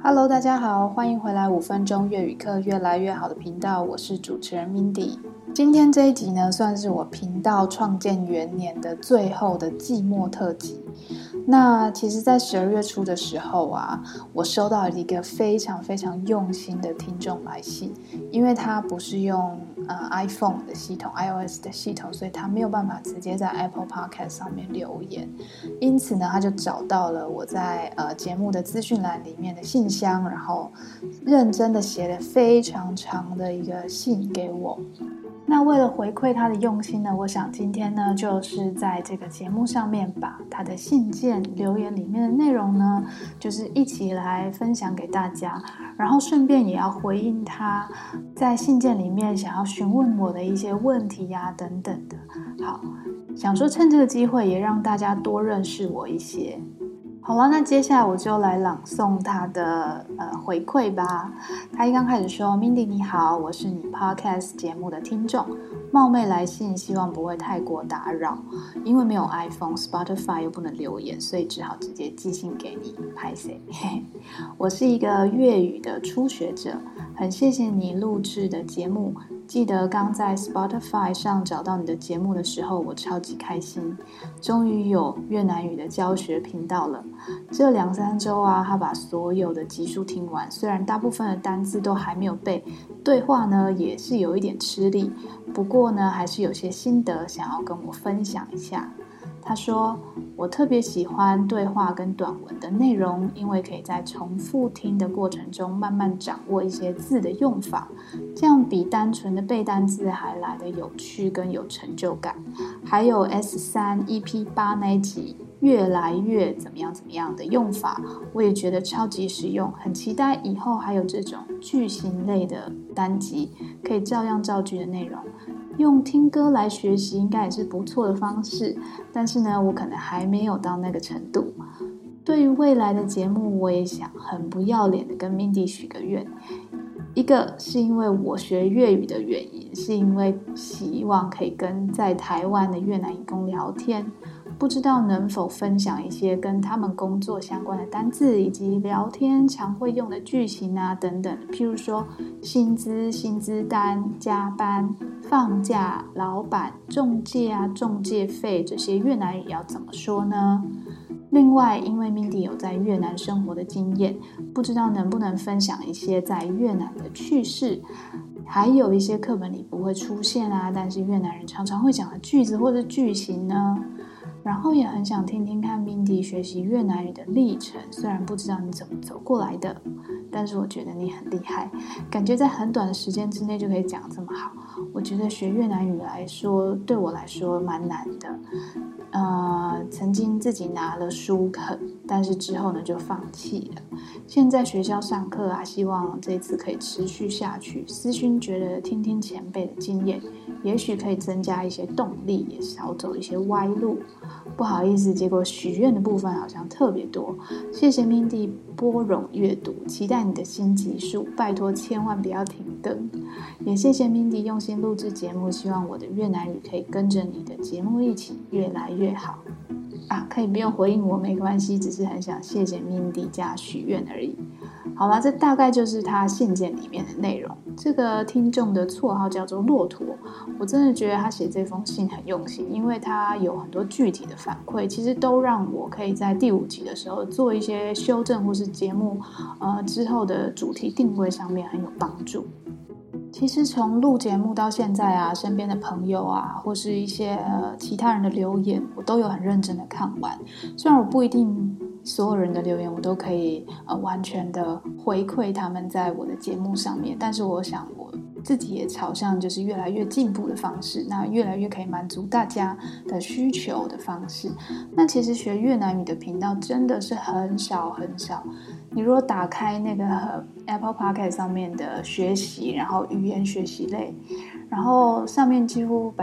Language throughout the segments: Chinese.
Hello， 大家好，欢迎回来5分钟粤语课越来越好的频道，我是主持人 Mindy。今天这一集呢，算是我频道创建元年的最后的季末特辑。那其实在12月初的时候啊，我收到了一个非常非常用心的听众来信，因为他不是用iPhone 的系统 iOS 的系统，所以他没有办法直接在 Apple Podcast 上面留言，因此呢，他就找到了我在节目的资讯栏里面的信箱，然后认真的写了非常长的一个信给我。那为了回馈他的用心呢，我想今天呢就是在这个节目上面把他的信件留言里面的内容呢，就是一起来分享给大家，然后顺便也要回应他在信件里面想要询问我的一些问题呀等等的。好，想说趁这个机会也让大家多认识我一些。好了，那接下来我就来朗诵他的回馈吧。他一刚开始说 Mindy 你好，我是你 Podcast 节目的听众，冒昧来信，希望不会太过打扰，因为没有 iPhone Spotify 又不能留言，所以只好直接寄信给你，拍谁我是一个粤语的初学者，很谢谢你录制的节目，记得刚在 Spotify 上找到你的节目的时候，我超级开心，终于有越南语的教学频道了。这2-3周啊，他把所有的集数听完，虽然大部分的单字都还没有背，对话呢也是有一点吃力，不过呢还是有些心得想要跟我分享一下。他说，我特别喜欢对话跟短文的内容，因为可以在重复听的过程中慢慢掌握一些字的用法，这样比单纯的背单字还来得有趣跟有成就感。还有 S3 EP8 那一集越来越怎么样的用法，我也觉得超级实用，很期待以后还有这种句型类的单集可以照样造句的内容。用听歌来学习应该也是不错的方式，但是呢，我可能还没有到那个程度。对于未来的节目，我也想很不要脸的跟 Mindy 许个愿。一个是因为我学粤语的原因，是因为希望可以跟在台湾的越南移工聊天，不知道能否分享一些跟他们工作相关的单字，以及聊天常会用的句型啊等等，譬如说薪资、薪资单、加班、放假、老板、中介啊、中介费，这些越南语要怎么说呢？另外，因为 Mindy 有在越南生活的经验，不知道能不能分享一些在越南的趣事，还有一些课本里不会出现啊，但是越南人常常会讲的句子或者句型呢？然后也很想听听看 Mindy 学习越南语的历程，虽然不知道你怎么走过来的，但是我觉得你很厉害，感觉在很短的时间之内就可以讲这么好。我觉得学越南语来说，对我来说蛮难的。曾经自己拿了书啃，但是之后呢就放弃了。现在学校上课啊，希望这次可以持续下去。私讯觉得听听前辈的经验，也许可以增加一些动力，也少走一些歪路。不好意思，结果许愿的部分好像特别多。谢谢 Mindy 拨冗阅读，期待你的新集数，拜托千万不要停更。也谢谢 Mindy 用心录制节目，希望我的越南语可以跟着你的节目一起越来越好。可以不用回应我没关系，只是很想谢谢 Mindy 加许愿而已。好啦，这大概就是他信件里面的内容。这个听众的绰号叫做骆驼，我真的觉得他写这封信很用心，因为他有很多具体的反馈，其实都让我可以在第5集的时候做一些修正，或是节目之后的主题定位上面很有帮助。其实从录节目到现在啊，身边的朋友啊，或是一些其他人的留言，我都有很认真的看完。虽然我不一定所有人的留言我都可以完全的回馈他们在我的节目上面，但是我想我自己也朝向就是越来越进步的方式，那越来越可以满足大家的需求的方式。那其实学越南语的频道真的是很少很少。你如果打开那个Apple Podcast 上面的学习，然后语言学习类，然后上面几乎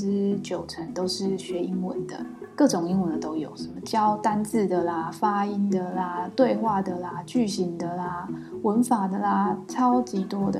90%都是学英文的，各种英文的都有，什么教单字的啦、发音的啦、对话的啦、句型的啦、文法的啦，超级多的。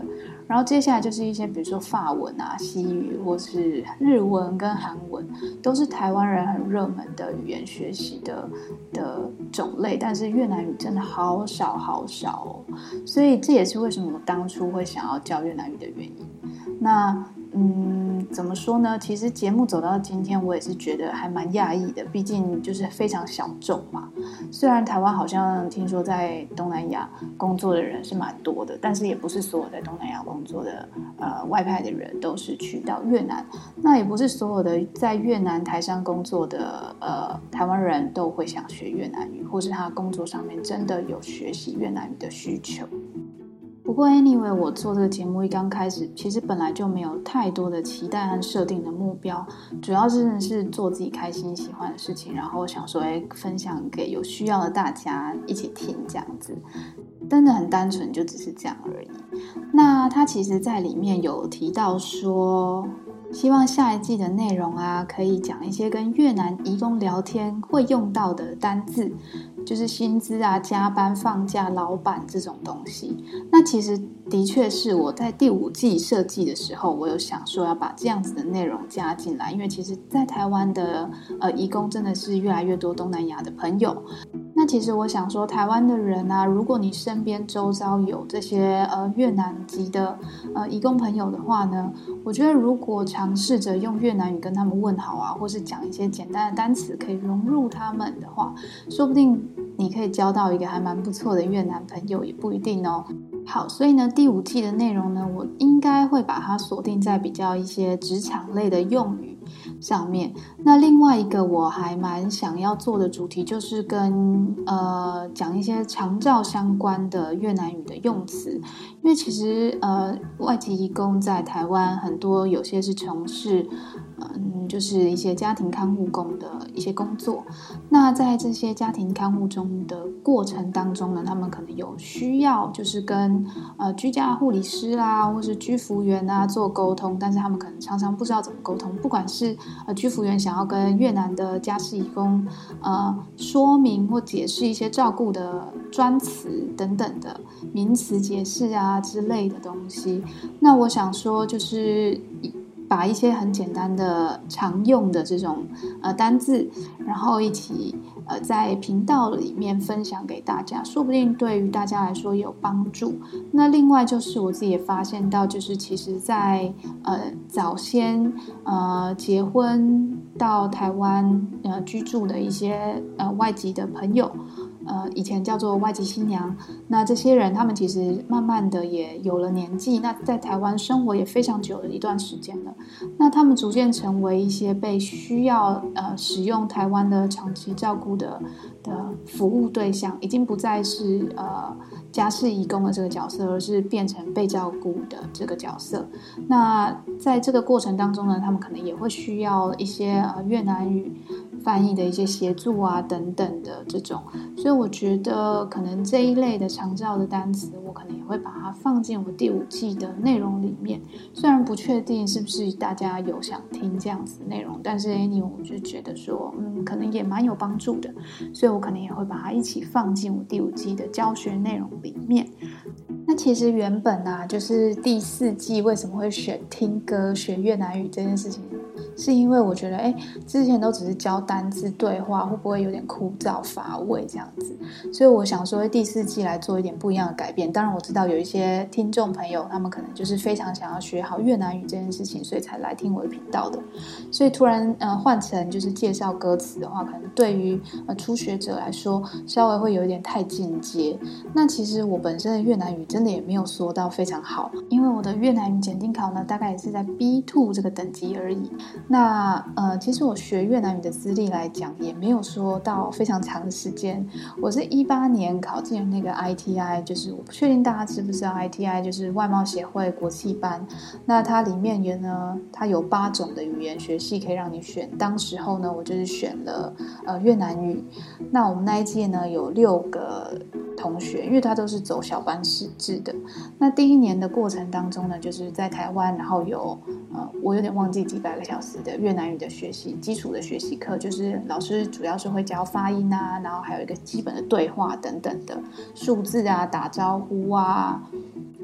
然后接下来就是一些比如说法文啊、西语或是日文跟韩文，都是台湾人很热门的语言学习的种类，但是越南语真的好少好少哦，所以这也是为什么我当初会想要教越南语的原因。那怎么说呢？其实节目走到今天，我也是觉得还蛮讶异的，毕竟就是非常小众嘛。虽然台湾好像听说在东南亚工作的人是蛮多的，但是也不是所有在东南亚工作的外派的人都是去到越南，那也不是所有的在越南台商工作的台湾人都会想学越南语，或是他工作上面真的有学习越南语的需求。不过 anyway， 我做这个节目一刚开始，其实本来就没有太多的期待和设定的目标，主要真的是做自己开心喜欢的事情，然后想说分享给有需要的大家一起听这样子，真的很单纯，就只是这样而已。那他其实在里面有提到说，希望下一季的内容啊，可以讲一些跟越南移工聊天会用到的单字，就是薪资啊、加班、放假、老板这种东西。那其实的确是我在第5季设计的时候，我有想说要把这样子的内容加进来，因为其实在台湾的移工真的是越来越多东南亚的朋友。那其实我想说，台湾的人啊，如果你身边周遭有这些越南籍的移工朋友的话呢，我觉得如果尝试着用越南语跟他们问好啊，或是讲一些简单的单词可以融入他们的话，说不定你可以交到一个还蛮不错的越南朋友，也不一定哦。好，所以呢，第5季的内容呢，我应该会把它锁定在比较一些职场类的用语上面。那另外一个我还蛮想要做的主题，就是跟讲一些长照相关的越南语的用词，因为其实外籍移工在台湾很多，有些是从事就是一些家庭看护工的一些工作。那在这些家庭看护中的过程当中呢，他们可能有需要就是跟居家护理师啦，或是居服员啊做沟通，但是他们可能常常不知道怎么沟通，不管是居服员想要跟越南的家事移工说明或解释一些照顾的专词等等的名词解释啊之类的东西。那我想说就是把一些很简单的常用的这种单字，然后一起在频道里面分享给大家，说不定对于大家来说也有帮助。那另外就是我自己也发现到，就是其实在早先结婚到台湾居住的一些外籍的朋友，以前叫做外籍新娘，那这些人他们其实慢慢的也有了年纪，那在台湾生活也非常久的一段时间了，那他们逐渐成为一些被需要使用台湾的长期照顾的服务对象，已经不再是家事移工的这个角色，而是变成被照顾的这个角色。那在这个过程当中呢，他们可能也会需要一些越南语翻译的一些协助啊等等的这种，所以我觉得可能这一类的长照的单词，我可能也会把它放进我第5季的内容里面。虽然不确定是不是大家有想听这样子的内容，但是 anyway 我就觉得说可能也蛮有帮助的，所以我可能也会把它一起放进我第5季的教学内容里面。那其实原本啊，就是第4季为什么会选听歌学越南语这件事情，是因为我觉得之前都只是教单字对话，会不会有点枯燥乏味这样子，所以我想说第4季来做一点不一样的改变。当然我知道有一些听众朋友他们可能就是非常想要学好越南语这件事情，所以才来听我的频道的，所以突然换成就是介绍歌词的话，可能对于初学者来说稍微会有一点太进阶。那其实我本身的越南语真的也没有说到非常好，因为我的越南语检定考呢大概也是在 B2 这个等级而已。那其实我学越南语的资历来讲也没有说到非常长的时间，我是18年考进了那个 ITI， 就是我不确定大家知不知道 ITI 就是外贸协会国际班。那它里面呢，它有8种的语言学系可以让你选，当时候呢我就是选了越南语。那我们那一届呢有6个同学，因为他都是走小班制的。那第1年的过程当中呢，就是在台湾，然后有我有点忘记几百个小时的越南语的学习，基础的学习课，就是老师主要是会教发音啊，然后还有一个基本的对话等等的数字啊、打招呼啊、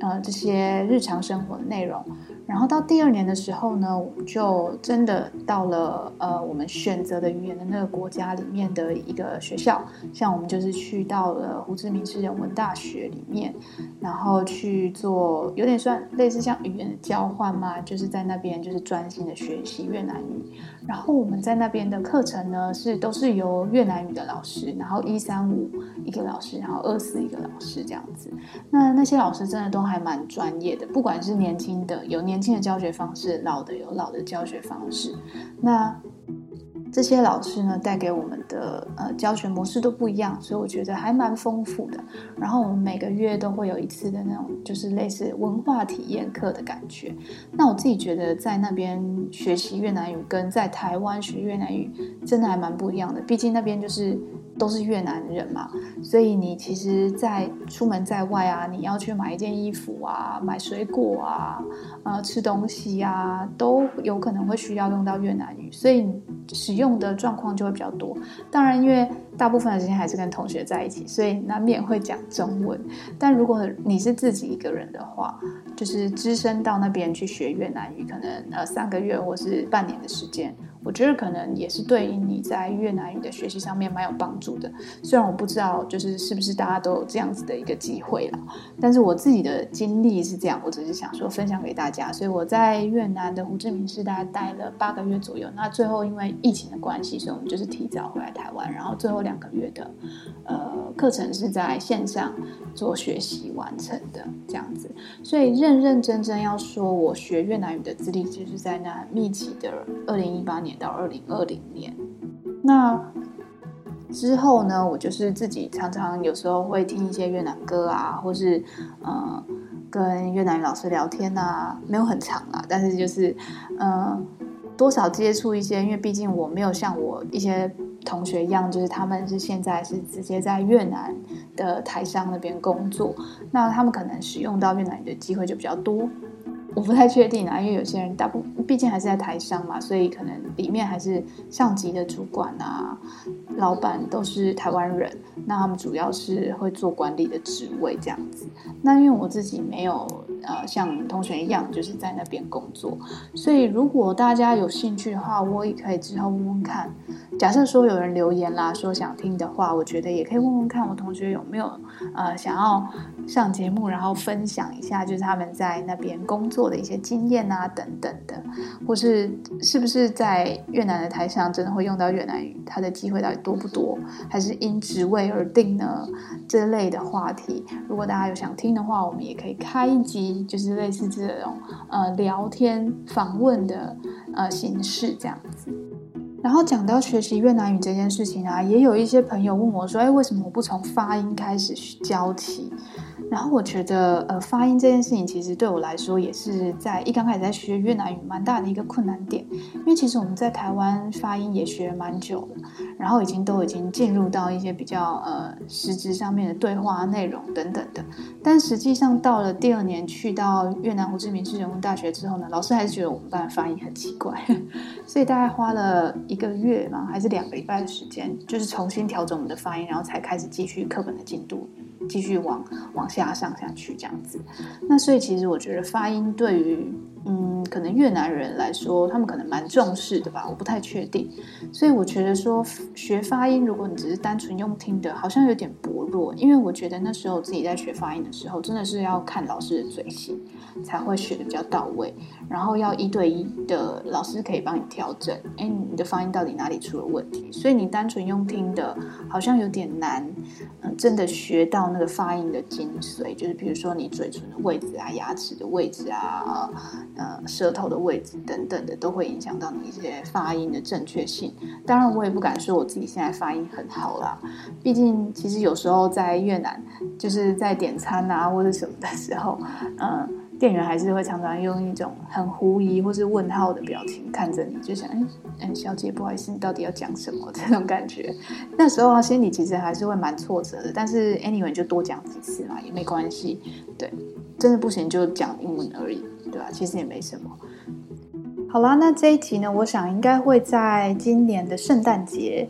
这些日常生活的内容。然后到第2年的时候呢，我们就真的到了我们选择的语言的那个国家里面的一个学校，像我们就是去到了胡志明市人文大学里面，然后去做有点算类似像语言的交换嘛，就是在那边就是专心的学习越南语。然后我们在那边的课程呢都是由越南语的老师，然后135一个老师，然后24一个老师这样子。那些老师真的都还蛮专业的，不管是年轻的有年轻的教学方式，老的有老的教学方式。那这些老师呢带给我们的教学模式都不一样，所以我觉得还蛮丰富的。然后我们每个月都会有一次的那种就是类似文化体验课的感觉。那我自己觉得在那边学习越南语跟在台湾学越南语真的还蛮不一样的，毕竟那边就是都是越南人嘛，所以你其实在出门在外啊，你要去买一件衣服啊，买水果啊，吃东西啊，都有可能会需要用到越南语，所以使用的状况就会比较多。当然因为大部分的时间还是跟同学在一起，所以难免会讲中文。但如果你是自己一个人的话，就是只身到那边去学越南语，可能3个月或是半年的时间，我觉得可能也是对于你在越南语的学习上面蛮有帮助的。虽然我不知道就是是不是大家都有这样子的一个机会啦，但是我自己的经历是这样，我只是想说分享给大家。所以我在越南的胡志明市大概待了8个月左右，那最后因为疫情的关系，所以我们就是提早回来台湾，然后最后2个月的课程是在线上做学习完成的这样子。所以认认真真要说我学越南语的资历，就是在那很密集的2018年到2020年。那之后呢，我就是自己常常有时候会听一些越南歌啊，或是跟越南语老师聊天啊，没有很长啦，但是就是多少接触一些，因为毕竟我没有像我一些同学一样，就是他们是现在是直接在越南的台商那边工作，那他们可能使用到越南语的机会就比较多。我不太确定啊，因为有些人毕竟还是在台商嘛，所以可能里面还是上级的主管啊、老板都是台湾人，那他们主要是会做管理的职位这样子。那因为我自己没有像同学一样就是在那边工作，所以如果大家有兴趣的话，我也可以之后问问看。假设说有人留言啦，说想听的话，我觉得也可以问问看我同学有没有想要上节目，然后分享一下就是他们在那边工作的一些经验啊等等的，或是不是在越南的台上真的会用到越南语，它的机会到底多不多，还是因职位而定呢？这类的话题，如果大家有想听的话，我们也可以开一集，就是类似这种聊天访问的形式这样子。然后讲到学习越南语这件事情啊，也有一些朋友问我说，为什么我不从发音开始教起？然后我觉得发音这件事情其实对我来说也是在一刚开始在学越南语蛮大的一个困难点，因为其实我们在台湾发音也学了蛮久了，然后都已经进入到一些比较实质上面的对话内容等等的，但实际上到了第2年去到越南胡志明市人文大学之后呢，老师还是觉得我们班的发音很奇怪，所以大概花了1个月嘛，还是2个礼拜的时间，就是重新调整我们的发音，然后才开始继续课本的进度，继续往下上下去这样子。那所以其实我觉得发音对于可能越南人来说，他们可能蛮重视的吧，我不太确定。所以我觉得说学发音，如果你只是单纯用听的，好像有点薄弱。因为我觉得那时候自己在学发音的时候，真的是要看老师的嘴型，才会学的比较到位。然后要1对1的老师可以帮你调整，你的发音到底哪里出了问题？所以你单纯用听的，好像有点难，真的学到那个发音的精髓，就是比如说你嘴唇的位置啊、牙齿的位置啊、舌头的位置等等的，都会影响到你一些发音的正确性。当然我也不敢说我自己现在发音很好啦，毕竟其实有时候在越南就是在点餐啊或者什么的时候，店员还是会常常用一种很狐疑或是问号的表情看着你，就想小姐不好意思，你到底要讲什么这种感觉。那时候心里其实还是会蛮挫折的，但是 anyway 就多讲几次嘛，也没关系。对，真的不行就讲英文而已，对吧？其实也没什么。好啦，那这一集呢，我想应该会在今年的圣诞节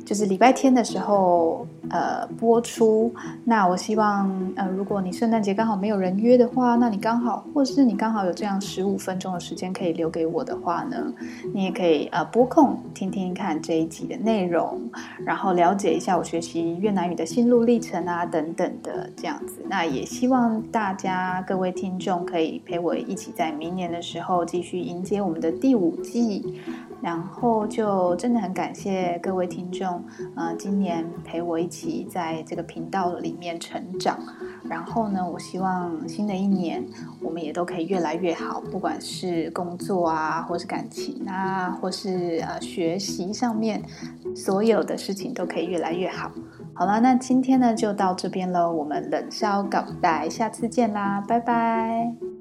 就是礼拜天的时候播出。那我希望如果你圣诞节刚好没有人约的话，那你刚好或是你刚好有这样15分钟的时间可以留给我的话呢，你也可以拨空听听看这一集的内容，然后了解一下我学习越南语的心路历程啊等等的这样子。那也希望大家各位听众可以陪我一起在明年的时候继续迎接我们的第5季。然后就真的很感谢各位听众今年陪我一起在这个频道里面成长。然后呢，我希望新的一年我们也都可以越来越好，不管是工作啊，或是感情啊，或是学习上面，所有的事情都可以越来越好。好了，那今天呢就到这边了，我们冷笑搞代，下次见啦，拜拜。